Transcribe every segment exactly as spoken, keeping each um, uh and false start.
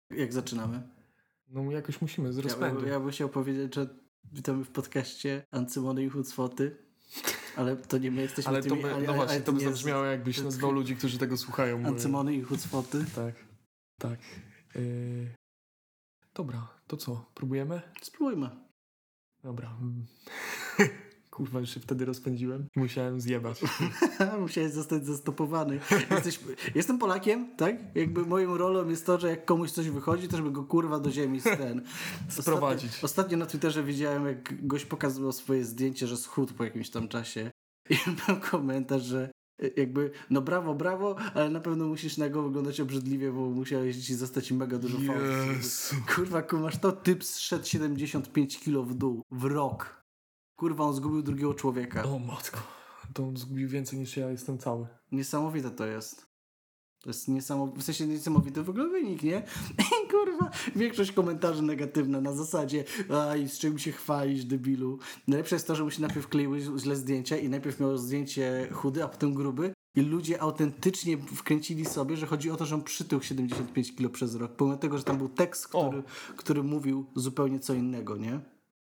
Jak zaczynamy? No jakoś musimy, z rozpędu. Ja, ja bym chciał powiedzieć, że witamy w podcaście Ancymony i Hucwoty, ale to nie my jesteśmy ale tymi... To by, ale, no właśnie, ale to by nie zabrzmiało jakbyś to, nazwał ludzi, którzy tego słuchają. Ancymony i Hucwoty. Tak, tak. Yy... Dobra, to co? Próbujemy? Spróbujmy. Dobra. Kurwa, już się wtedy rozpędziłem i musiałem zjebać. Musiałeś zostać zastopowany. Jesteś, jestem Polakiem, tak? Jakby moją rolą jest to, że jak komuś coś wychodzi, to żeby go kurwa do ziemi ten sprowadzić. Ostatnio, ostatnio na Twitterze widziałem, jak gość pokazywał swoje zdjęcie, że schudł po jakimś tam czasie. I był komentarz, że jakby, no brawo, brawo, ale na pewno musisz na go wyglądać obrzydliwie, bo musiałeś ci zostać mega dużo fałszu. Kurwa, kumasz to? Typ zszedł siedemdziesiąt pięć kilo w dół w rok. Kurwa, on zgubił drugiego człowieka. O matko, to on zgubił więcej niż ja jestem cały. Niesamowite to jest. To jest niesamowite, w sensie niesamowity w ogóle wynik, nie? I kurwa, większość komentarzy negatywna na zasadzie aj, z czym się chwalisz, debilu. Najlepsze jest to, że mu się najpierw kleiły źle zdjęcia i najpierw miał zdjęcie chudy, a potem gruby i ludzie autentycznie wkręcili sobie, że chodzi o to, że on przytył siedemdziesiąt pięć kilo przez rok, pomimo tego, że tam był tekst, który, który mówił zupełnie co innego, nie?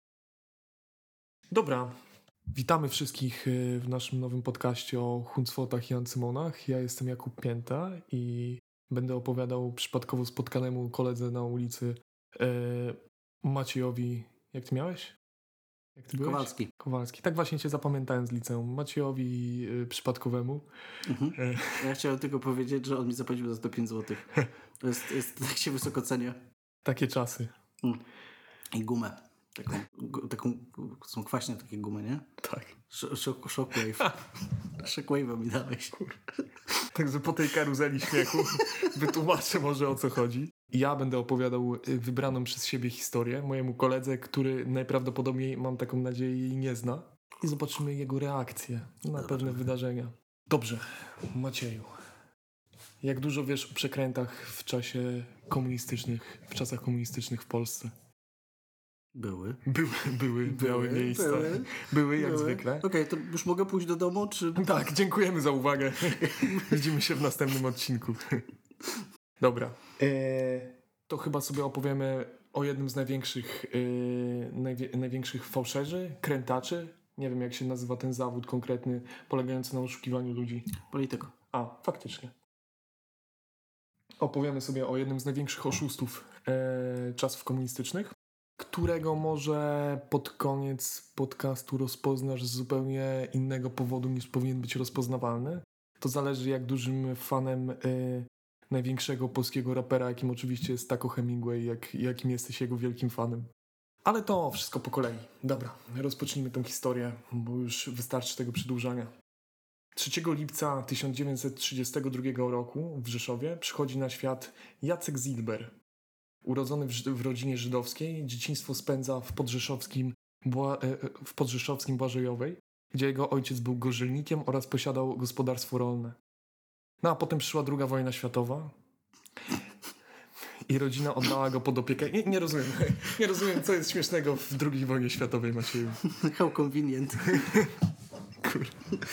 Dobra. Witamy wszystkich w naszym nowym podcaście o Huncwotach i Ancymonach. Ja jestem Jakub Pięta i będę opowiadał przypadkowo spotkanemu koledze na ulicy e, Maciejowi... Jak ty miałeś? Jak ty byłeś? Kowalski. Kowalski. Tak właśnie cię zapamiętałem z liceum. Maciejowi e, przypadkowemu. Mhm. Ja chciałem tylko powiedzieć, że on mi zapłacił za to pięć złotych. To jest, jest, tak się wysoko cenię. Takie czasy. Mm. I gumę. Taką, taką, są kwaśne takie gumy, nie? Tak. Shock, shockwave. Shockwave'a mi dałeś. Także po tej karuzeli śmiechu wytłumaczę może, o co chodzi. Ja będę opowiadał wybraną przez siebie historię mojemu koledze, który najprawdopodobniej, mam taką nadzieję, jej nie zna. I zobaczymy jego reakcję na pewne wydarzenia. Dobrze, Macieju. Jak dużo wiesz o przekrętach w czasie komunistycznych, w czasach komunistycznych w Polsce? Były. Były, były, były miały miejsca. Były, były jak były. zwykle. Okej, okay, to już mogę pójść do domu, czy... Tak, dziękujemy za uwagę. Widzimy się w następnym odcinku. Dobra. Eee, to chyba sobie opowiemy o jednym z największych e, najwie, największych fałszerzy, krętaczy. Nie wiem, jak się nazywa ten zawód konkretny, polegający na oszukiwaniu ludzi. Polityk. A, faktycznie. Opowiemy sobie o jednym z największych oszustów e, czasów komunistycznych, którego może pod koniec podcastu rozpoznasz z zupełnie innego powodu, niż powinien być rozpoznawalny. To zależy, jak dużym fanem y, największego polskiego rapera, jakim oczywiście jest Taco Hemingway, jak, jakim jesteś jego wielkim fanem. Ale to wszystko po kolei. Dobra, rozpocznijmy tę historię, bo już wystarczy tego przedłużania. trzeciego lipca tysiąc dziewięćset trzydziestego drugiego roku w Rzeszowie przychodzi na świat Jacek Zilber. Urodzony w, w rodzinie żydowskiej, dzieciństwo spędza w podrzeszowskim, Bła, w podrzeszowskim Błażejowej, gdzie jego ojciec był gorzelnikiem oraz posiadał gospodarstwo rolne. No a potem przyszła druga wojna światowa i rodzina oddała go pod opiekę. Nie, nie rozumiem, nie rozumiem, co jest śmiesznego w drugiej wojnie światowej, Macieju. How convenient. Kur...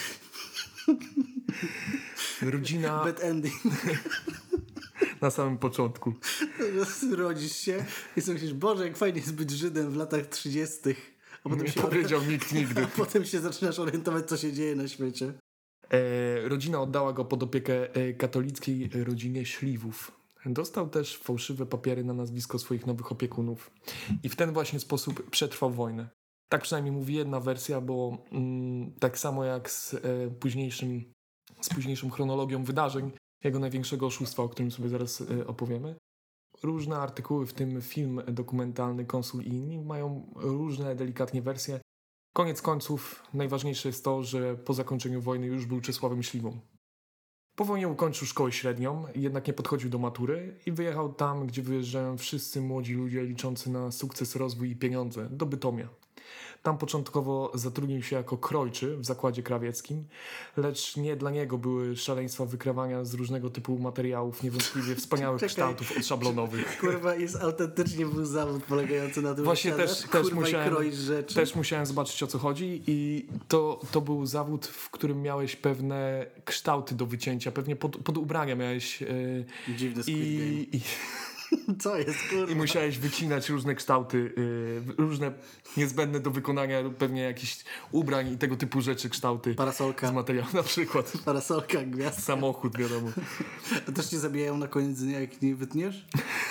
Rodzina... Bad ending. Na samym początku. Rodzisz się i sobie myślisz, Boże, jak fajnie jest być Żydem w latach trzydziestych. A potem nie się powiedział ori... nikt nigdy. A potem się zaczynasz orientować, co się dzieje na świecie. E, rodzina oddała go pod opiekę e, katolickiej rodzinie Śliwów. Dostał też fałszywe papiery na nazwisko swoich nowych opiekunów. I w ten właśnie sposób przetrwał wojnę. Tak przynajmniej mówi jedna wersja, bo mm, tak samo jak z, e, późniejszym, z późniejszą chronologią wydarzeń, jego największego oszustwa, o którym sobie zaraz y, opowiemy. Różne artykuły, w tym film dokumentalny Konsul i inni, mają różne delikatnie wersje. Koniec końców najważniejsze jest to, że po zakończeniu wojny już był Czesławem Śliwą. Po wojnie ukończył szkołę średnią, jednak nie podchodził do matury i wyjechał tam, gdzie wyjeżdżają wszyscy młodzi ludzie liczący na sukces, rozwój i pieniądze, do Bytomia. Tam początkowo zatrudnił się jako krojczy w zakładzie krawieckim, lecz nie dla niego były szaleństwa wykrawania z różnego typu materiałów, niewątpliwie wspaniałych Czekaj, kształtów odszablonowych. Kurwa, jest autentycznie był zawód polegający na tym, Właśnie że też, też, musiałem, rzeczy. też musiałem zobaczyć, o co chodzi i to, to był zawód, w którym miałeś pewne kształty do wycięcia, pewnie pod, pod ubrania miałeś... Yy, Dziwny Squid i, Game. I, Co jest, kurwa? I musiałeś wycinać różne kształty, yy, różne niezbędne do wykonania pewnie jakichś ubrań i tego typu rzeczy, kształty Parasolka. z materiału, na przykład Parasolka, gwiazd. samochód, wiadomo. A też cię zabijają na koniec dnia, jak nie wytniesz?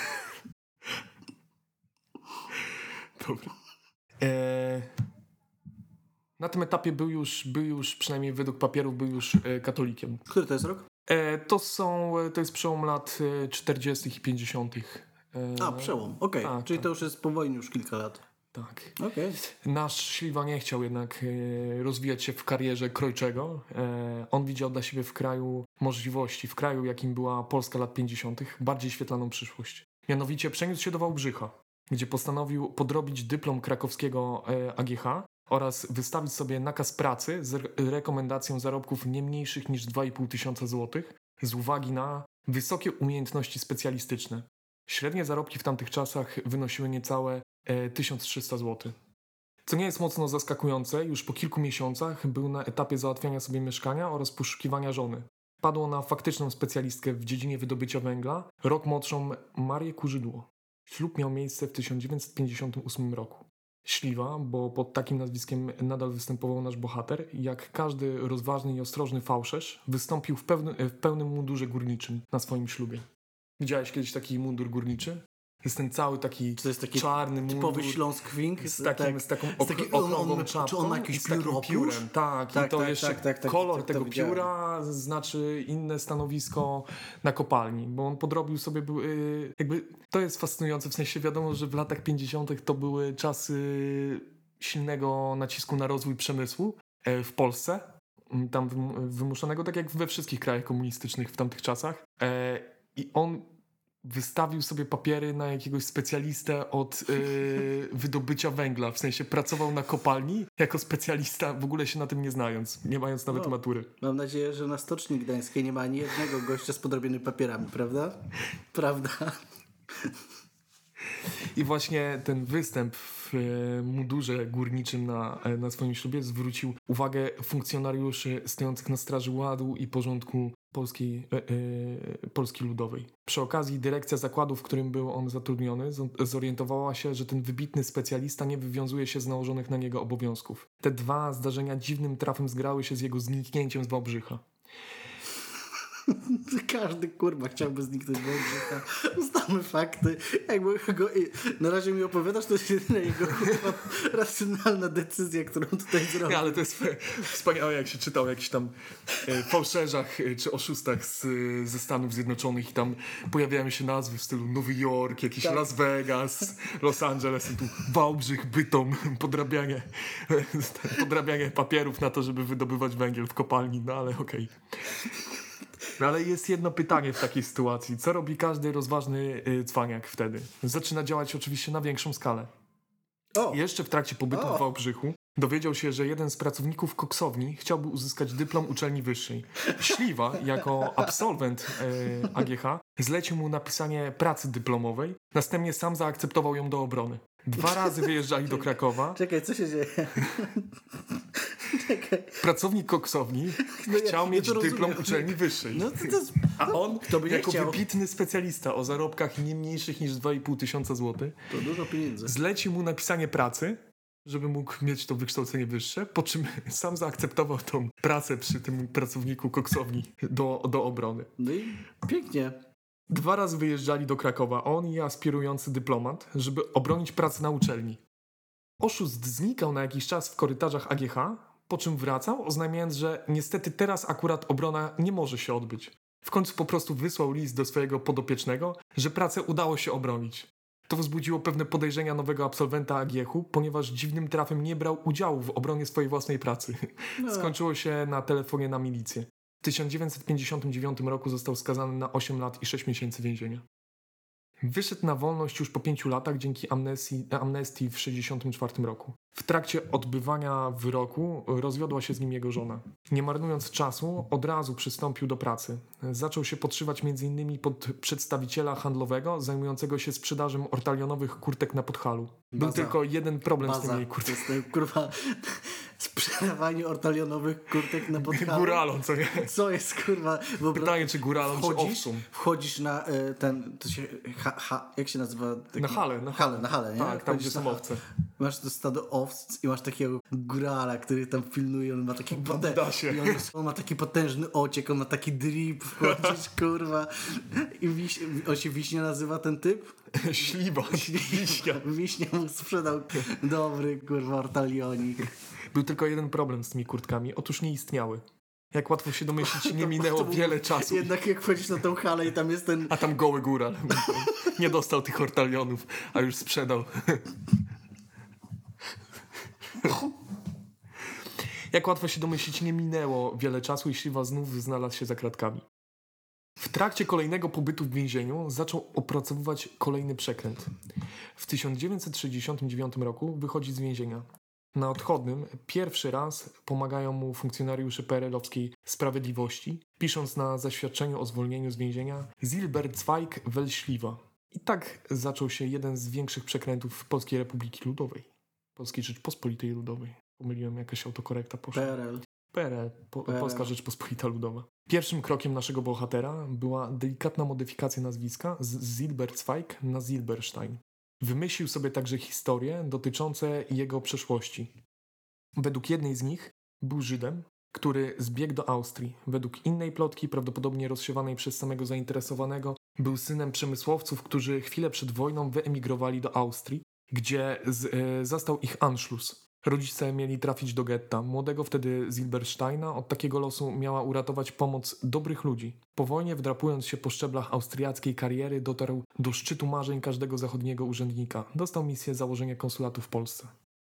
Dobra. E, na tym etapie był już, był już, przynajmniej według papierów, był już e, katolikiem. Który to jest rok? E, to są, to jest przełom lat e, czterdziestych i pięćdziesiątych. E, A, przełom. Okej, tak, czyli tak. to już jest po wojnie już kilka lat. Tak. Okej. Nasz Śliwa nie chciał jednak e, rozwijać się w karierze krojczego. E, on widział dla siebie w kraju możliwości, w kraju jakim była Polska lat pięćdziesiątych, bardziej świetlaną przyszłość. Mianowicie przeniósł się do Wałbrzycha, gdzie postanowił podrobić dyplom krakowskiego e, A G H oraz wystawić sobie nakaz pracy z re- rekomendacją zarobków nie mniejszych niż dwa i pół tysiąca złotych z uwagi na wysokie umiejętności specjalistyczne. Średnie zarobki w tamtych czasach wynosiły niecałe e, tysiąc trzysta złotych. Co nie jest mocno zaskakujące, już po kilku miesiącach był na etapie załatwiania sobie mieszkania oraz poszukiwania żony. Padło na faktyczną specjalistkę w dziedzinie wydobycia węgla, rok młodszą Marię Kurzydło. Ślub miał miejsce w tysiąc dziewięćset pięćdziesiątym ósmym roku. Śliwa, bo pod takim nazwiskiem nadal występował nasz bohater, jak każdy rozważny i ostrożny fałszerz, wystąpił w, pewny, w pełnym mundurze górniczym na swoim ślubie. Widziałeś kiedyś taki mundur górniczy? Jest ten cały taki Czy to jest taki czarny mundur. typowy Śląsk-Wing? Z, takim, tak. z taką Z taki- ok- on- on- okrągłą czy czapką on ma jakiś i z takim pióropusz? piórem. Tak, Tak, i to tak, jeszcze tak, tak, tak, kolor tak, to tego widziałem. pióra znaczy inne stanowisko na kopalni, bo on podrobił sobie, był, yy, jakby to jest fascynujące, w sensie wiadomo, że w latach pięćdziesiątych to były czasy silnego nacisku na rozwój przemysłu e, w Polsce, m, tam wym- wymuszonego, tak jak we wszystkich krajach komunistycznych w tamtych czasach. E, I on wystawił sobie papiery na jakiegoś specjalistę od yy, wydobycia węgla. W sensie pracował na kopalni jako specjalista, w ogóle się na tym nie znając, nie mając nawet No. matury. Mam nadzieję, że na Stoczni Gdańskiej nie ma ani jednego gościa z podrobionymi papierami, prawda? Prawda? I właśnie ten występ w e, mundurze górniczym na, e, na swoim ślubie zwrócił uwagę funkcjonariuszy stojących na straży ładu i porządku Polskiej, e, e, Polski Ludowej. Przy okazji dyrekcja zakładu, w którym był on zatrudniony, z- zorientowała się, że ten wybitny specjalista nie wywiązuje się z nałożonych na niego obowiązków. Te dwa zdarzenia dziwnym trafem zgrały się z jego zniknięciem z Wałbrzycha. Każdy kurwa chciałby zniknąć z Wałbrzycha. Ustalmy fakty. Jakby go, na razie mi opowiadasz, to jest jedyna jego kurwa racjonalna decyzja, którą tutaj zrobił. Nie, ale to jest wspaniałe, jak się czytał o jakichś tam e, fałszerzach e, czy oszustach z, ze Stanów Zjednoczonych i tam pojawiają się nazwy w stylu Nowy Jork, jakiś Tak. Las Vegas, Los Angeles, i tu Wałbrzych, Bytom, podrabianie, podrabianie papierów na to, żeby wydobywać węgiel w kopalni, no ale okej. No ale jest jedno pytanie w takiej sytuacji. Co robi każdy rozważny y, cwaniak wtedy? Zaczyna działać oczywiście na większą skalę. O, Jeszcze w trakcie pobytu O. w Wałbrzychu dowiedział się, że jeden z pracowników koksowni chciałby uzyskać dyplom uczelni wyższej. Śliwa, jako absolwent e, A G H, zlecił mu napisanie pracy dyplomowej, następnie sam zaakceptował ją do obrony. Dwa razy wyjeżdżali do Krakowa. czekaj, co się dzieje? Czekaj. Pracownik koksowni No ja- chciał ja mieć to dyplom rozumiem. uczelni wyższej. No to, to jest... A on, kto by nie jako chciał? wybitny specjalista o zarobkach nie mniejszych niż dwa i pół tysiąca złotych, To dużo pieniędzy. zlecił mu napisanie pracy, żeby mógł mieć to wykształcenie wyższe, po czym sam zaakceptował tą pracę przy tym pracowniku koksowni do, do obrony. No i pięknie. Dwa razy wyjeżdżali do Krakowa, on i aspirujący dyplomat, żeby obronić pracę na uczelni. Oszust znikał na jakiś czas w korytarzach A G H, po czym wracał, oznajmiając, że niestety teraz akurat obrona nie może się odbyć. W końcu po prostu wysłał list do swojego podopiecznego, że pracę udało się obronić. To wzbudziło pewne podejrzenia nowego absolwenta A G H-u, ponieważ dziwnym trafem nie brał udziału w obronie swojej własnej pracy. No. Skończyło się na telefonie na milicję. W tysiąc dziewięćset pięćdziesiątym dziewiątym roku został skazany na osiem lat i sześć miesięcy więzienia. Wyszedł na wolność już po pięciu latach dzięki amnestii, amnestii w tysiąc dziewięćset sześćdziesiątym czwartym roku. W trakcie odbywania wyroku rozwiodła się z nim jego żona. Nie marnując czasu, od razu przystąpił do pracy. Zaczął się podszywać między innymi pod przedstawiciela handlowego zajmującego się sprzedażą ortalionowych kurtek na Podhalu. Był Baza. tylko jeden problem Baza. z tymi kurtkami. To jest, kurwa, sprzedawanie ortalionowych kurtek na Podhalu. Góralon, co nie? Co jest, kurwa? Bo Pytanie, czy góralon, czy wchodzisz, owsum. wchodzisz na e, ten, to się, ha, ha, jak się nazywa? Taki, Na halę, na halę, na halę, nie? Tak, tam Wchodzisz gdzie na są halę. owce. Masz to stado owc i masz takiego górala, który tam pilnuje, on ma taki Da się. potężny, on, on ma taki potężny ociek, on ma taki drip, wchodzisz, kurwa. I wiś, on się Wiśnia nazywa, ten typ? Śliwa, wiśnia. Wiśnia mu sprzedał dobry, kurwa, ortalionik. Był tylko jeden problem z tymi kurtkami. Otóż nie istniały. Jak łatwo się domyślić, nie To minęło był- wiele czasu. Jednak jak wchodzisz na tą halę i tam jest ten... A tam goły góral. Nie dostał tych ortalionów, a już sprzedał. Jak łatwo się domyślić, nie minęło wiele czasu i Śliwa znów znalazł się za kratkami. W trakcie kolejnego pobytu w więzieniu zaczął opracowywać kolejny przekręt. W tysiąc dziewięćset sześćdziesiątym dziewiątym roku wychodzi z więzienia. Na odchodnym pierwszy raz pomagają mu funkcjonariusze peerelowskiej Sprawiedliwości, pisząc na zaświadczeniu o zwolnieniu z więzienia Silberzweig wel Śliwa. I tak zaczął się jeden z większych przekrętów Polskiej Republiki Ludowej. Polskiej Rzeczpospolitej Ludowej. Pomyliłem, jakaś autokorekta poszła. P R L. P R L, po, P R L. Polska Rzeczpospolita Ludowa. Pierwszym krokiem naszego bohatera była delikatna modyfikacja nazwiska z Silberzweig na Silberstein. Wymyślił sobie także historie dotyczące jego przeszłości. Według jednej z nich był Żydem, który zbiegł do Austrii. Według innej plotki, prawdopodobnie rozsiewanej przez samego zainteresowanego, był synem przemysłowców, którzy chwilę przed wojną wyemigrowali do Austrii, gdzie z, e, zastał ich Anschluss. Rodzice mieli trafić do getta. Młodego wtedy Silbersteina od takiego losu miała uratować pomoc dobrych ludzi. Po wojnie, wdrapując się po szczeblach austriackiej kariery, dotarł do szczytu marzeń każdego zachodniego urzędnika. Dostał misję założenia konsulatu w Polsce.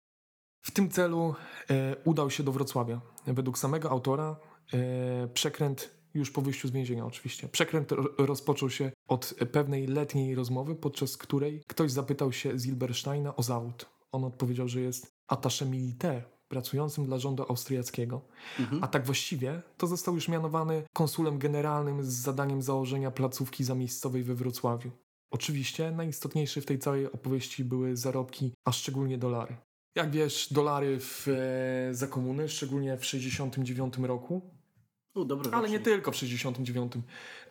W tym celu e, udał się do Wrocławia. Według samego autora e, przekręt, już po wyjściu z więzienia oczywiście, przekręt ro, rozpoczął się od pewnej letniej rozmowy, podczas której ktoś zapytał się Silbersteina o zawód. On odpowiedział, że jest attaché militaire, pracującym dla rządu austriackiego. Mhm. A tak właściwie to został już mianowany konsulem generalnym z zadaniem założenia placówki zamiejscowej we Wrocławiu. Oczywiście najistotniejsze w tej całej opowieści były zarobki, a szczególnie dolary. Jak wiesz, dolary w, e, za komuny, szczególnie w sześćdziesiątym dziewiątym roku, U, dobry ale nie rocznik. tylko w sześćdziesiątym dziewiątym.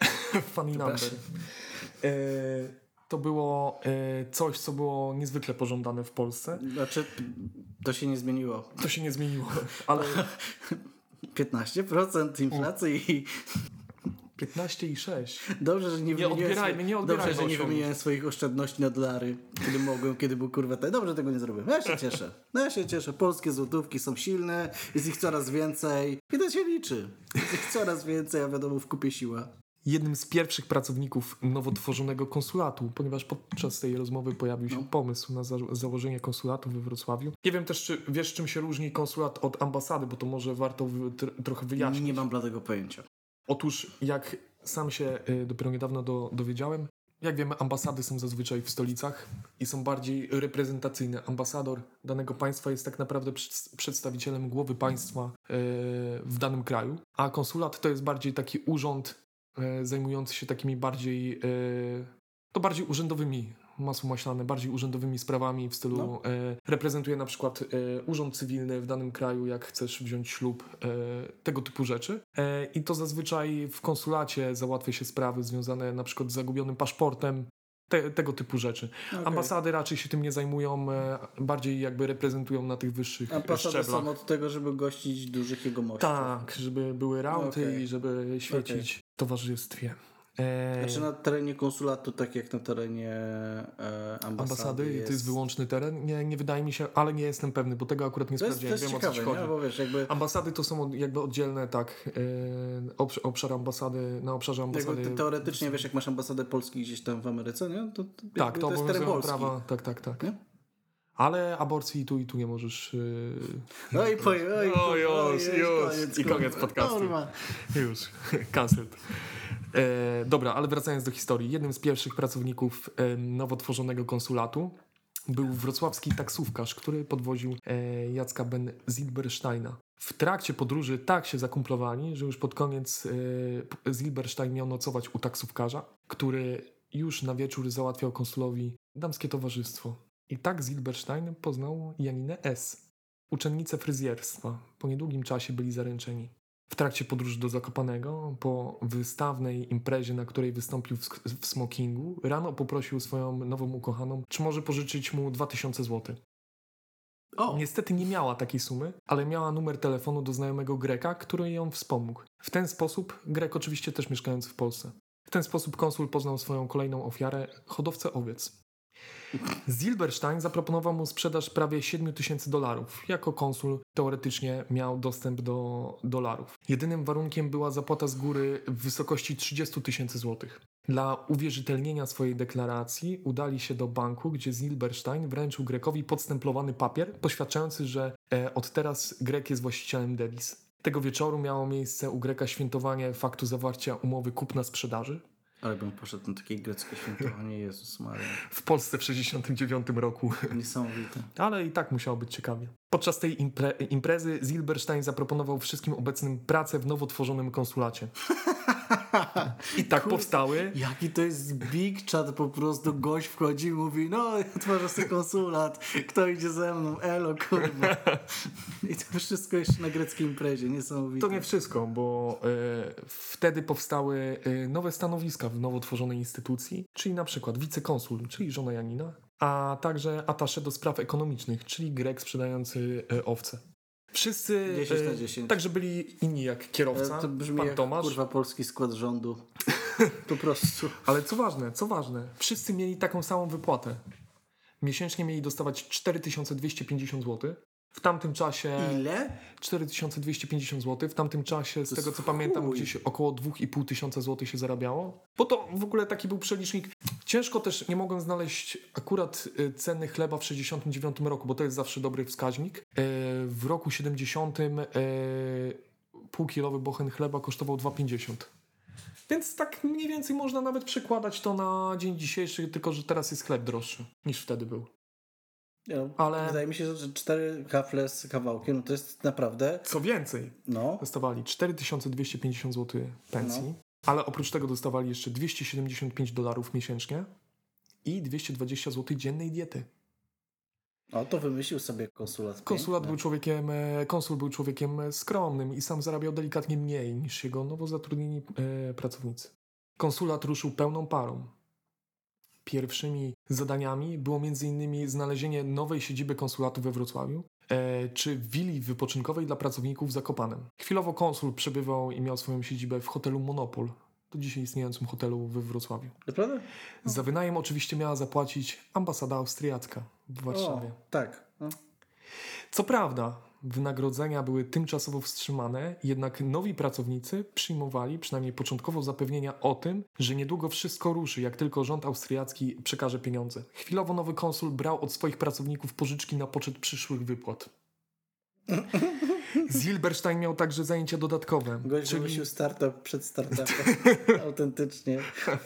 Funny number. Przepraszam. E, to było e, coś, co było niezwykle pożądane w Polsce. Znaczy, to się nie zmieniło. To się nie zmieniło, ale piętnaście procent inflacji i piętnaście i sześć. dobrze, że nie, Nie wymieniłem odbierajmy, nie odbierajmy Dobrze, że nie osiągów. wymieniłem swoich oszczędności na dolary, kiedy mogłem, kiedy był kurwa ten. Dobrze, że tego nie zrobiłem. Ja się cieszę. No ja się cieszę. Polskie złotówki są silne, jest ich coraz więcej i to się liczy. Jest ich coraz więcej, a wiadomo, w kupie siła. Jednym z pierwszych pracowników nowo tworzonego konsulatu, ponieważ podczas tej rozmowy pojawił się No. pomysł na za założenie konsulatu we Wrocławiu. Nie wiem też, czy wiesz, czym się różni konsulat od ambasady, bo to może warto wy tr trochę wyjaśnić. Nie mam bladego pojęcia. Otóż, jak sam się y, dopiero niedawno do, dowiedziałem, jak wiemy, ambasady są zazwyczaj w stolicach i są bardziej reprezentacyjne. Ambasador danego państwa jest tak naprawdę przy przedstawicielem głowy państwa y, w danym kraju, a konsulat to jest bardziej taki urząd y, zajmujący się takimi bardziej, y, to bardziej urzędowymi, masło maślane, bardziej urzędowymi sprawami w stylu No. e, reprezentuje na przykład e, urząd cywilny w danym kraju, jak chcesz wziąć ślub, e, tego typu rzeczy. E, I to zazwyczaj w konsulacie załatwia się sprawy związane na przykład z zagubionym paszportem, te, tego typu rzeczy. Okay. Ambasady raczej się tym nie zajmują, e, bardziej jakby reprezentują na tych wyższych Ambasady szczeblach. są od tego, żeby gościć dużych jegomości. Tak, żeby były rauty Okay. i żeby świecić Okay. w towarzystwie. E, Znaczy na terenie konsulatu, tak jak na terenie e, ambasady, ambasady jest... to jest wyłączny teren? Nie, nie wydaje mi się, ale nie jestem pewny, bo tego akurat nie To jest, to sprawdziłem. jest Wiem, o co ciekawe, ci nie? chodzi. Bo wiesz, jakby, Ambasady to są od- jakby oddzielne, tak, e, obsz, obszar ambasady, na obszarze ambasady. jakby te, teoretycznie, wiesz, jak masz ambasadę Polski gdzieś tam w Ameryce, nie? To, to, tak, jakby to to jest teren obowiązują Polski. prawa, tak, tak, tak. Nie? Ale aborcji tu i tu nie możesz... Yy... No i po, oj, O, oj, już, oj, już. koniec, I kurwa. koniec podcastu. Kurwa. Już, cancelled. E, dobra, ale wracając do historii. Jednym z pierwszych pracowników e, nowo tworzonego konsulatu był wrocławski taksówkarz, który podwoził e, Jacka Ben Zilbersteina. W trakcie podróży tak się zakumplowali, że już pod koniec e, Zilberstein miał nocować u taksówkarza, który już na wieczór załatwiał konsulowi damskie towarzystwo. I tak Zilberstein poznał Janinę S., uczennicę fryzjerstwa. Po niedługim czasie byli zaręczeni. W trakcie podróży do Zakopanego, po wystawnej imprezie, na której wystąpił w, w smokingu, rano poprosił swoją nową ukochaną, czy może pożyczyć mu dwa tysiące złotych. O, Niestety nie miała takiej sumy, ale miała numer telefonu do znajomego Greka, który ją wspomógł. W ten sposób, Grek oczywiście też mieszkający w Polsce, w ten sposób konsul poznał swoją kolejną ofiarę, hodowcę owiec. Zilberstein zaproponował mu sprzedaż prawie siedem tysięcy dolarów. Jako konsul teoretycznie miał dostęp do dolarów. Jedynym warunkiem była zapłata z góry w wysokości trzydzieści tysięcy złotych. Dla uwierzytelnienia swojej deklaracji udali się do banku, gdzie Zilberstein wręczył Grekowi podstemplowany papier poświadczający, że e, od teraz Grek jest właścicielem dewiz. Tego wieczoru miało miejsce u Greka świętowanie faktu zawarcia umowy kupna-sprzedaży. ale bym poszedł na takie greckie świętowanie, Jezus Maria. W Polsce w sześćdziesiątym dziewiątym roku. Niesamowite. Ale i tak musiało być ciekawie. Podczas tej impre- imprezy Zilberstein zaproponował wszystkim obecnym pracę w nowo tworzonym konsulacie. I tak Kur- powstały... Jaki to jest big chat, po prostu gość wchodzi i mówi, no ja tworzę sobie konsulat, kto idzie ze mną, elo kurwa. I to wszystko jeszcze na greckiej imprezie, niesamowite. To nie wszystko, bo e, wtedy powstały e, nowe stanowiska w nowo tworzonej instytucji, czyli na przykład wicekonsul, czyli żona Janina, a także atasze do spraw ekonomicznych, czyli Grek sprzedający e, owce. Wszyscy, dziesięć na e, dziesięć. także byli inni jak kierowca, To brzmi pan jak Tomasz. kurwa polski skład rządu. Po prostu. Ale co ważne, co ważne, wszyscy mieli taką samą wypłatę. Miesięcznie mieli dostawać cztery tysiące dwieście pięćdziesiąt złotych. W tamtym czasie... Ile? cztery tysiące dwieście pięćdziesiąt złotych. W tamtym czasie, z To tego jest co pamiętam, chuj. gdzieś około dwa i pół tysiąca złotych się zarabiało. Bo to w ogóle taki był przelicznik. Ciężko też, nie mogłem znaleźć akurat y, ceny chleba w sześćdziesiątym dziewiątym roku, bo to jest zawsze dobry wskaźnik. Y, w roku siedemdziesiątym y, półkilowy bochen chleba kosztował dwa pięćdziesiąt. Więc tak mniej więcej można nawet przekładać to na dzień dzisiejszy, tylko że teraz jest chleb droższy niż wtedy był. No, Ale- Wydaje mi się, że cztery kafle z kawałkiem, no to jest naprawdę, Co więcej, no, dostawali cztery tysiące dwieście pięćdziesiąt złotych pensji, No. ale oprócz tego dostawali jeszcze dwieście siedemdziesiąt pięć dolarów miesięcznie i dwieście dwadzieścia złotych dziennej diety. o to wymyślił sobie konsulat. Konsulat Piękne. był człowiekiem, e, konsul był człowiekiem e, skromnym i sam zarabiał delikatnie mniej niż jego nowo zatrudnieni e, pracownicy. Konsulat ruszył pełną parą. Pierwszymi zadaniami było między innymi znalezienie nowej siedziby konsulatu we Wrocławiu, e, czy willi wypoczynkowej dla pracowników w Zakopanem. Chwilowo konsul przebywał i miał swoją siedzibę w hotelu Monopol, do dzisiaj istniejącym hotelu we Wrocławiu. Naprawdę? Za wynajem oczywiście miała zapłacić ambasada austriacka w Warszawie. O, tak. No. Co prawda, wynagrodzenia były tymczasowo wstrzymane, jednak nowi pracownicy przyjmowali przynajmniej początkowo zapewnienia o tym, że niedługo wszystko ruszy, jak tylko rząd austriacki przekaże pieniądze. Chwilowo nowy konsul brał od swoich pracowników pożyczki na poczet przyszłych wypłat. Zilberstein miał także zajęcia dodatkowe, Gość czyli wymyślił startup przed startupem. Autentycznie.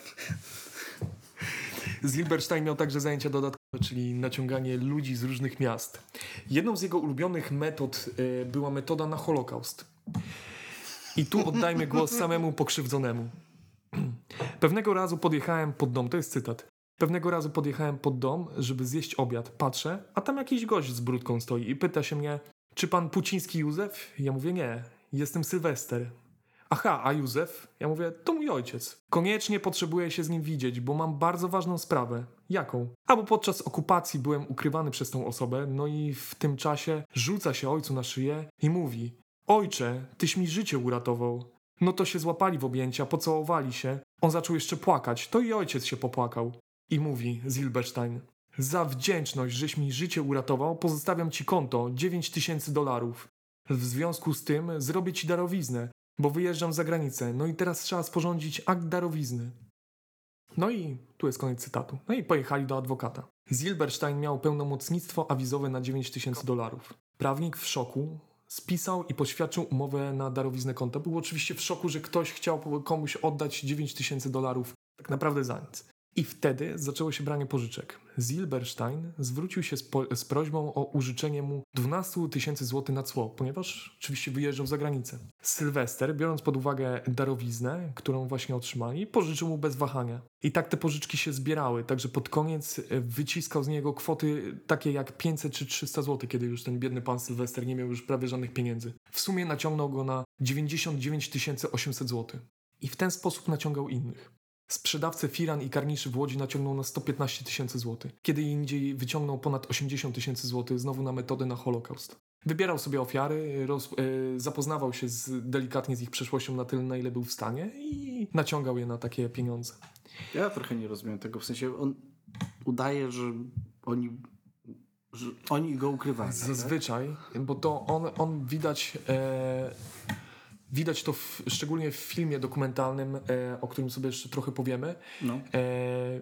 Zilberstein miał także zajęcia dodatkowe, czyli naciąganie ludzi z różnych miast. Jedną z jego ulubionych metod y, była metoda na Holokaust. I tu oddajmy głos samemu pokrzywdzonemu. Pewnego razu podjechałem pod dom, to jest cytat. Pewnego razu podjechałem pod dom, żeby zjeść obiad. Patrzę, a tam jakiś gość z brudką stoi i pyta się mnie, czy pan Puciński Józef? Ja mówię, nie, jestem Sylwester. Aha, a Józef? Ja mówię, to mój ojciec. Koniecznie potrzebuję się z nim widzieć, bo mam bardzo ważną sprawę. Jaką? A bo podczas okupacji byłem ukrywany przez tą osobę, no i w tym czasie rzuca się ojcu na szyję i mówi: ojcze, tyś mi życie uratował. No to się złapali w objęcia, pocałowali się. On zaczął jeszcze płakać, to i ojciec się popłakał. I mówi Zilberstein: za wdzięczność, żeś mi życie uratował, pozostawiam ci konto, dziewięć tysięcy dolarów. W związku z tym zrobię ci darowiznę, bo wyjeżdżam za granicę, no i teraz trzeba sporządzić akt darowizny. No i tu jest koniec cytatu. No i pojechali do adwokata. Zilberstein miał pełnomocnictwo awizowe na dziewięć tysięcy dolarów. Prawnik w szoku spisał i poświadczył umowę na darowiznę konta. Był oczywiście w szoku, że ktoś chciał komuś oddać dziewięć tysięcy dolarów tak naprawdę za nic. I wtedy zaczęło się branie pożyczek. Zilberstein zwrócił się z, po, z prośbą o użyczenie mu dwanaście tysięcy złotych na cło, ponieważ oczywiście wyjeżdżał za granicę. Sylwester, biorąc pod uwagę darowiznę, którą właśnie otrzymali, pożyczył mu bez wahania. I tak te pożyczki się zbierały, także pod koniec wyciskał z niego kwoty takie jak pięćset czy trzysta złotych, kiedy już ten biedny pan Sylwester nie miał już prawie żadnych pieniędzy. W sumie naciągnął go na dziewięćdziesiąt dziewięć tysięcy osiemset złotych. I w ten sposób naciągał innych. Sprzedawcę firan i karniszy w Łodzi naciągnął na sto piętnaście tysięcy złotych. Kiedy indziej wyciągnął ponad osiemdziesiąt tysięcy złotych znowu na metodę na Holokaust. Wybierał sobie ofiary, roz, yy, zapoznawał się z, delikatnie z ich przeszłością na tyle, na ile był w stanie i naciągał je na takie pieniądze. Ja trochę nie rozumiem tego, w sensie on udaje, że oni, że oni go ukrywają. Zazwyczaj, tak? Bo to on, on widać... E, Widać to w, szczególnie w filmie dokumentalnym, e, o którym sobie jeszcze trochę powiemy, no. e,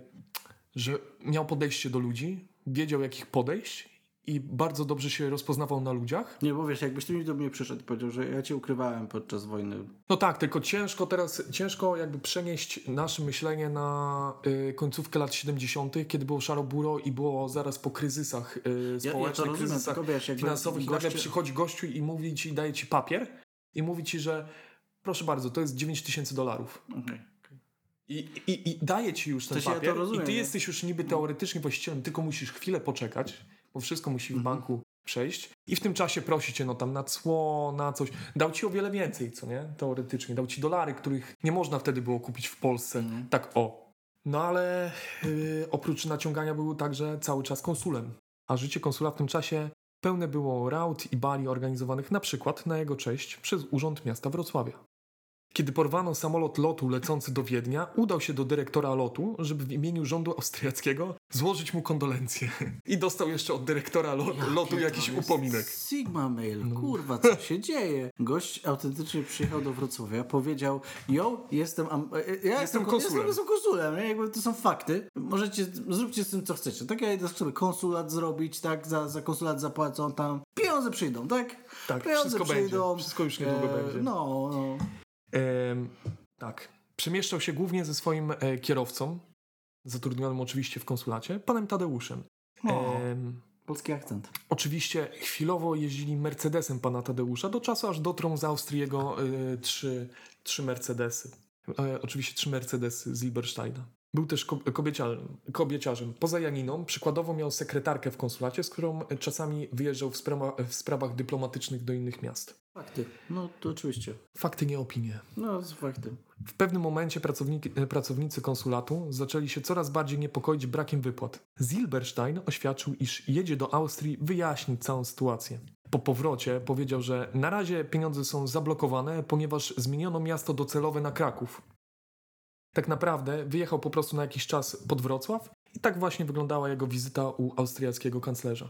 że miał podejście do ludzi, wiedział jak ich podejść i bardzo dobrze się rozpoznawał na ludziach. Nie, bo wiesz, jakbyś ty mi do mnie przyszedł i powiedział, że ja cię ukrywałem podczas wojny. No tak, tylko ciężko teraz, ciężko jakby przenieść nasze myślenie na y, końcówkę lat siedemdziesiątych, kiedy było szaro-buro i było zaraz po kryzysach y, społecznych, ja, ja rozumiem, kryzysach tylko, wiesz, finansowych goście... i nagle przychodzi gościu i mówi ci, daje ci papier i mówi ci, że proszę bardzo, to jest dziewięć tysięcy dolarów. Okay. I, i, I daje ci już ten to papier ja rozumiem, i ty nie? jesteś już niby teoretycznie właścicielem, tylko musisz chwilę poczekać, bo wszystko musi w banku przejść i w tym czasie prosi cię no tam na cło, na coś. Dał ci o wiele więcej, co nie? Teoretycznie. Dał ci dolary, których nie można wtedy było kupić w Polsce. Mm. Tak o. No ale yy, oprócz naciągania był także cały czas konsulem. A życie konsula w tym czasie pełne było raut i bali organizowanych na przykład na jego cześć przez Urząd Miasta Wrocławia. Kiedy porwano samolot lotu lecący do Wiednia, udał się do dyrektora lotu, żeby w imieniu rządu austriackiego złożyć mu kondolencje. I dostał jeszcze od dyrektora lo- ja lotu jakiś upominek. Sigma mail, no. Kurwa, co się dzieje? Gość autentycznie przyjechał do Wrocławia, powiedział, yo, jestem, am- ja jestem konsulem. Jestem konsulem, nie? Jakby to są fakty. Możecie, zróbcie z tym, co chcecie. Tak, ja idę sobie konsulat zrobić, tak, za, za konsulat zapłacą tam, pieniądze przyjdą, tak? Tak, pieniądze wszystko przyjdą. będzie. Wszystko już niedługo e, będzie. No, no. Ehm, tak. Przemieszczał się głównie ze swoim e, kierowcą, zatrudnionym oczywiście w konsulacie, panem Tadeuszem. Ehm, Polski akcent. Oczywiście chwilowo jeździli Mercedesem pana Tadeusza, do czasu aż dotrą z Austrii jego e, trzy, trzy Mercedesy. E, oczywiście trzy Mercedesy Zilbersteina. Był też kobieciarzem, kobieciarzem. Poza Janiną przykładowo miał sekretarkę w konsulacie, z którą czasami wyjeżdżał w, sprawa, w sprawach dyplomatycznych do innych miast. Fakty. No to oczywiście. Fakty, nie opinie. No, to fakty. W pewnym momencie pracowniki, pracownicy konsulatu zaczęli się coraz bardziej niepokoić brakiem wypłat. Zilberstein oświadczył, iż jedzie do Austrii wyjaśnić całą sytuację. Po powrocie powiedział, że na razie pieniądze są zablokowane, ponieważ zmieniono miasto docelowe na Kraków. Tak naprawdę wyjechał po prostu na jakiś czas pod Wrocław i tak właśnie wyglądała jego wizyta u austriackiego kanclerza.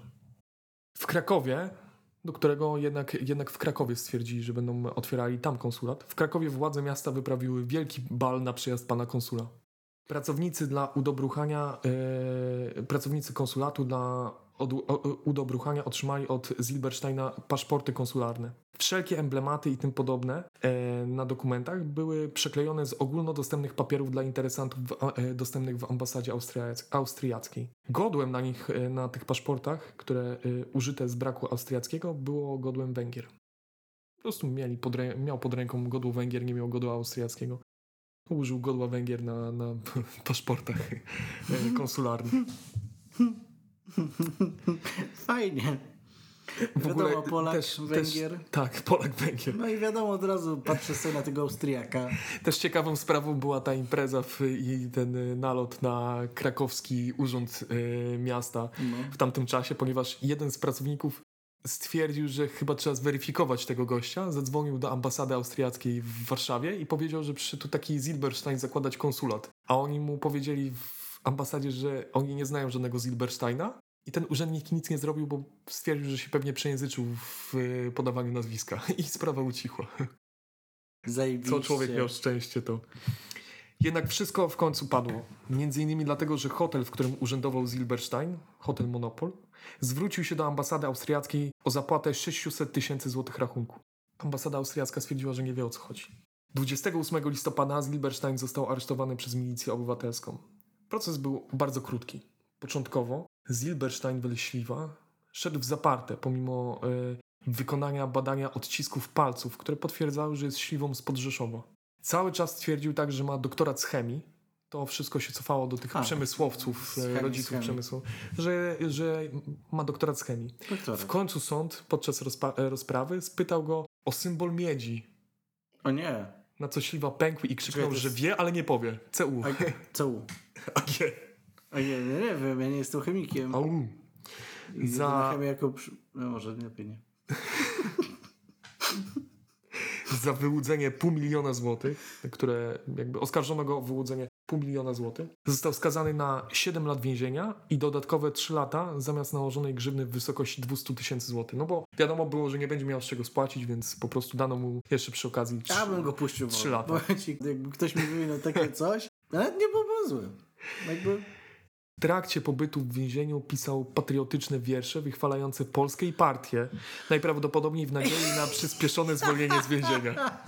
W Krakowie, do którego jednak, jednak w Krakowie stwierdzili, że będą otwierali tam konsulat, w Krakowie władze miasta wyprawiły wielki bal na przyjazd pana konsula. Pracownicy dla udobruchania, yy, pracownicy konsulatu dla od, o, udobruchania otrzymali od Zilbersteina paszporty konsularne. Wszelkie emblematy i tym podobne e, na dokumentach były przeklejone z ogólnodostępnych papierów dla interesantów w, e, dostępnych w ambasadzie austriac- austriackiej. Godłem na nich, e, na tych paszportach, które e, użyte z braku austriackiego, było godłem Węgier. Po prostu mieli pod rę- miał pod ręką godło Węgier, nie miał godła austriackiego. Użył godła Węgier na, na paszportach e, konsularnych. Fajnie. W wiadomo, ogóle Polak, też, Węgier. Też, tak, Polak, Węgier. No i wiadomo, od razu patrzę sobie na tego Austriaka. Też ciekawą sprawą była ta impreza w, i ten nalot na krakowski urząd y, miasta no. w tamtym czasie, ponieważ jeden z pracowników stwierdził, że chyba trzeba zweryfikować tego gościa, zadzwonił do ambasady austriackiej w Warszawie i powiedział, że przyszedł tu taki Zilberstein zakładać konsulat. A oni mu powiedzieli w ambasadzie, że oni nie znają żadnego Zilbersteina i ten urzędnik nic nie zrobił, bo stwierdził, że się pewnie przejęzyczył w podawaniu nazwiska i sprawa ucichła. Zajebiście. Co człowiek miał szczęście, to... Jednak wszystko w końcu padło. Między innymi dlatego, że hotel, w którym urzędował Zilberstein, hotel Monopol, zwrócił się do ambasady austriackiej o zapłatę sześćset tysięcy złotych rachunku. Ambasada austriacka stwierdziła, że nie wie, o co chodzi. dwudziestego ósmego listopada Zilberstein został aresztowany przez milicję obywatelską. Proces był bardzo krótki. Początkowo Zilberstein-Welśliwa szedł w zaparte, pomimo y, wykonania badania odcisków palców, które potwierdzały, że jest śliwą spod Rzeszowa. Cały czas twierdził tak, że ma doktorat z chemii. To wszystko się cofało do tych A, przemysłowców, z chemii, rodziców z chemii. przemysłu, że, że ma doktorat z chemii. Doktorat. W końcu sąd podczas rozpa- rozprawy spytał go o symbol miedzi, O nie. na co Śliwa pękł i krzyknął, Czekaj, to że jest- wie, ale nie powie. C U. A, co? A G. A nie, nie, nie wiem, ja nie jestem chemikiem. Au. Za... Za, chemię jako... przy- No może lepiej nie. za wyłudzenie pół miliona złotych, które jakby oskarżono go o wyłudzenie pół miliona złotych. Został skazany na siedem lat więzienia i dodatkowe trzy lata zamiast nałożonej grzywny w wysokości dwieście tysięcy złotych. No bo wiadomo było, że nie będzie miał z czego spłacić, więc po prostu dano mu jeszcze przy okazji trzy, Ja bym go puścił w trzy wodę. lata. Powiem ci, jakby ktoś mi wywinął takie coś, nawet nie byłbym zły. Jakby... W trakcie pobytu w więzieniu pisał patriotyczne wiersze wychwalające Polskę i partię, najprawdopodobniej w nadziei na przyspieszone zwolnienie z więzienia.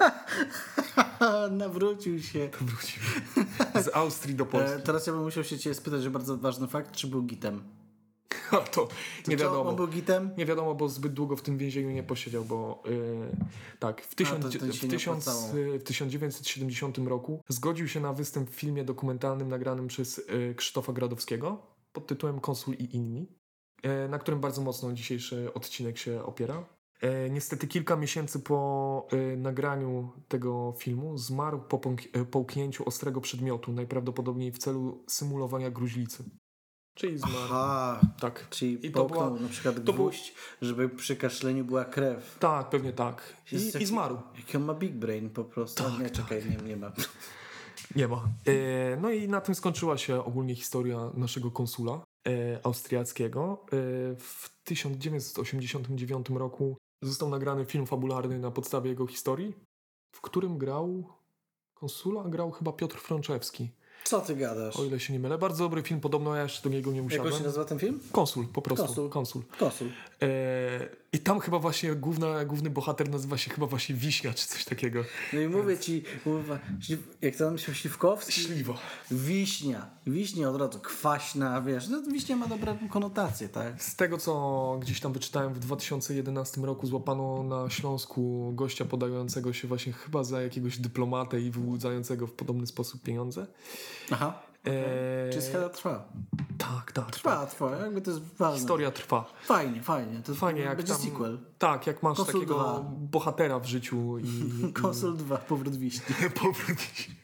Nawrócił się. Wrócił z Austrii do E, Polski. teraz ja bym musiał się cię spytać, że bardzo ważny fakt, czy był gitem? A to nie Co, wiadomo. on był gitem? Nie wiadomo, bo zbyt długo w tym więzieniu nie posiedział, bo yy, tak, w, tysiąc, to- to w, się nie tysiąc, opłacało. w tysiąc dziewięćset siedemdziesiątym roku zgodził się na występ w filmie dokumentalnym nagranym przez yy, Krzysztofa Gradowskiego pod tytułem Konsul i inni, yy, na którym bardzo mocno dzisiejszy odcinek się opiera. Yy, niestety kilka miesięcy po yy, nagraniu tego filmu zmarł po pąk- yy, połknięciu ostrego przedmiotu, najprawdopodobniej w celu symulowania gruźlicy. Czyli zmarł. Aha, Tak. czyli I to połknął była- na przykład to był- gwóźdź, żeby przy kaszleniu była krew. Tak, pewnie tak. Jest I, taki- i zmarł. Jaki on ma big brain po prostu. Tak, nie, czekaj, nie, nie ma. Nie ma. E, no i na tym skończyła się ogólnie historia naszego konsula e, austriackiego. E, w tysiąc dziewięćset osiemdziesiątym dziewiątym roku został nagrany film fabularny na podstawie jego historii, w którym grał konsula, grał chyba Piotr Frączewski. Co ty gadasz? O ile się nie mylę. Bardzo dobry film, podobno ja jeszcze do niego nie Jak on musiałem. się nazywa ten film? Konsul, po prostu. Konsul. Konsul. Konsul. E, I tam chyba właśnie główna, główny bohater nazywa się chyba właśnie Wiśnia, czy coś takiego. No i mówię ci, kurwa, śliw, jak to nam się Śliwkowski? Śliwa. Wiśnia. Wiśnia od razu kwaśna, wiesz. No, wiśnia ma dobre konotacje, tak? Z tego, co gdzieś tam wyczytałem, w dwa tysiące jedenastym roku złapano na Śląsku gościa podającego się właśnie chyba za jakiegoś dyplomatę i wyłudzającego w podobny sposób pieniądze. Aha. Eee, Czy skala trwa? Tak, tak. Trwa, trwa. Jakby to jest ważne. Historia trwa. Fajnie, fajnie. To Fajnie, jak będzie tam, sequel. Tak, jak masz Konsul takiego dwa. bohatera w życiu i... Konsul dwa, powrót wiśni. i powrót.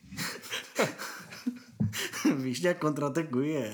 Wiśnia kontratakuje.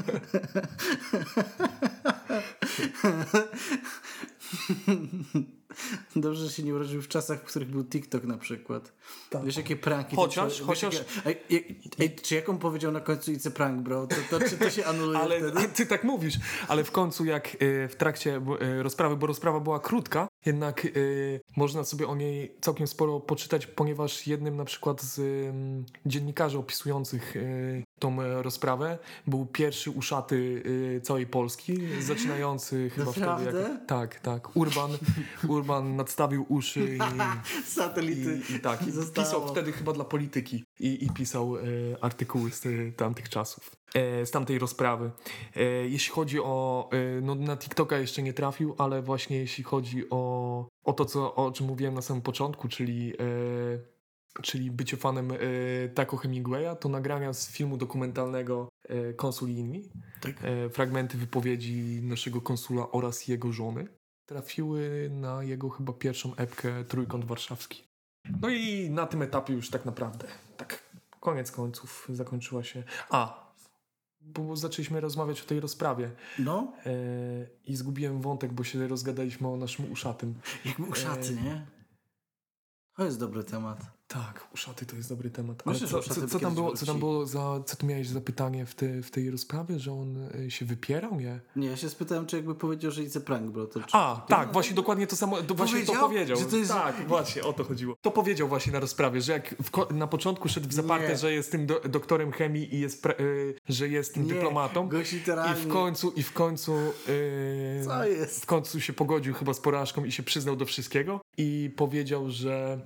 Dobrze, że się nie urodził w czasach, w których był TikTok na przykład. Tak. Wiesz, jakie pranki... Chociaż- to, wiesz, chociaż- Jakie, ej, ej, ej, czy jak on powiedział na końcu It's a prank, bro? To, to, czy to się anuluje Ale wtedy? ty tak mówisz, ale w końcu jak y, w trakcie y, rozprawy, bo rozprawa była krótka, jednak y, można sobie o niej całkiem sporo poczytać, ponieważ jednym na przykład z y, dziennikarzy opisujących y, tą y, rozprawę był pierwszy uszaty y, całej Polski, zaczynający chyba wtedy Naprawdę? jak... Tak, tak. Urban, Urban nadstawił uszy i... Satelity. I, I tak, i Zostało. pisał wtedy chyba dla polityki i, i pisał e, artykuły z e, tamtych czasów, e, z tamtej rozprawy. E, jeśli chodzi o, e, no na TikToka jeszcze nie trafił, ale właśnie jeśli chodzi o, o to, co, o czym mówiłem na samym początku, czyli, e, czyli bycie fanem e, Taco Hemingwaya, to nagrania z filmu dokumentalnego e, Konsul i inni, Tak. e, fragmenty wypowiedzi naszego konsula oraz jego żony trafiły na jego chyba pierwszą epkę Trójkąt Warszawski. No i na tym etapie już tak naprawdę, tak koniec końców zakończyła się... A, bo zaczęliśmy rozmawiać o tej rozprawie No, e, i zgubiłem wątek, bo się rozgadaliśmy o naszym uszatym. jakby uszaty, E, nie? To jest dobry temat. Tak, uszaty to jest dobry temat. Ale Myślę, że co, uszaty co, by co tam kiedyś było, co tam wróci. było za... Co tu miałeś za pytanie w, te, w tej rozprawie, że on e, się wypierał, nie? Nie, ja się spytałem, czy jakby powiedział, że it's a prank, bro. To czy... A, tak, właśnie dokładnie to samo, do, właśnie to Powiedział? powiedział. Że to jest- Tak, właśnie, o to chodziło. To powiedział właśnie na rozprawie, że jak w ko- na początku szedł w zaparte, Nie. że jest tym do, doktorem chemii i jest, pre- y, że jest tym Nie, dyplomatą. gość I literalnie... w końcu, i w końcu, y, Co jest? w końcu się pogodził chyba z porażką i się przyznał do wszystkiego i powiedział, że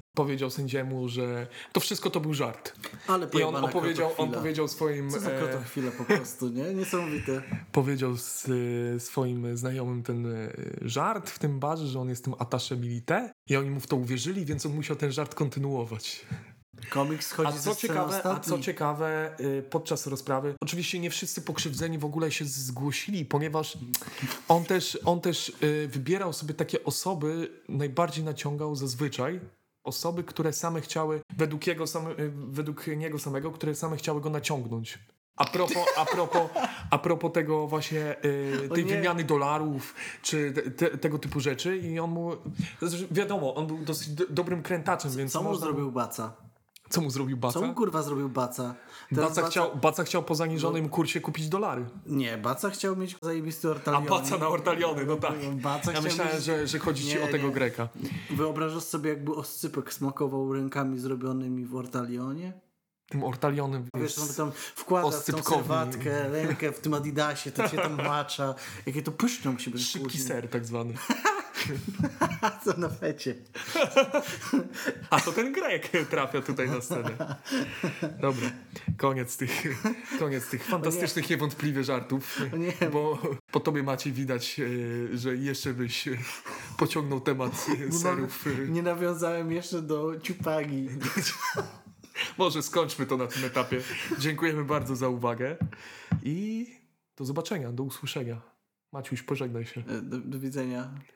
powiedział sędziemu, że to wszystko to był żart. Ale I on pojebana opowiedział, on krotochwila. powiedział swoim... Co za e, krotochwila po prostu, nie? Niesamowite. powiedział z, e, swoim znajomym ten e, żart w tym barze, że on jest tym attaché militaire i oni mu w to uwierzyli, więc on musiał ten żart kontynuować. Komiks schodzi A ze co sceny ciekawe, a ostatniej. co ciekawe y, podczas rozprawy, oczywiście nie wszyscy pokrzywdzeni w ogóle się zgłosili, ponieważ on też, on też y, wybierał sobie takie osoby, najbardziej naciągał zazwyczaj osoby, które same chciały, według, jego same, y, według niego samego, które same chciały go naciągnąć. A propos, a propos, a propos tego właśnie, y, O tej nie. wymiany dolarów, czy te, te, tego typu rzeczy i on mu, zresztą wiadomo, on był dosyć do, dobrym krętaczem, więc Co mu można zrobił Baca? Co mu zrobił Baca? Co mu kurwa zrobił Baca? Teraz Baca chciał, Baca chciał po zaniżonym kursie kupić dolary. Nie, Baca chciał mieć zajebisty A ortalion. Baca na ortaliony, no tak. Baca Ja chciał myślałem, mieć... że, że chodzi ci Nie, o tego nie. Greka. Wyobrażasz sobie, jakby oscypek smakował rękami zrobionymi w ortalionie? Tym ortalionem. Wiesz, on tam wkłada w tą oscypkowni. serwatkę, rękę w tym adidasie, to się tam macza. Jakie to pyszne musi być. Szybki później. ser tak zwany. Co na fecie. A to ten Grek trafia tutaj na scenę. Dobra, koniec tych, koniec tych fantastycznych niewątpliwie żartów. O nie. Bo po tobie Maciej widać, e, że jeszcze byś e, pociągnął temat e, serów. e. Nie nawiązałem jeszcze do ciupagi. Może skończmy to na tym etapie. Dziękujemy bardzo za uwagę i do zobaczenia, do usłyszenia. Maciuś, pożegnaj się. Do, do widzenia.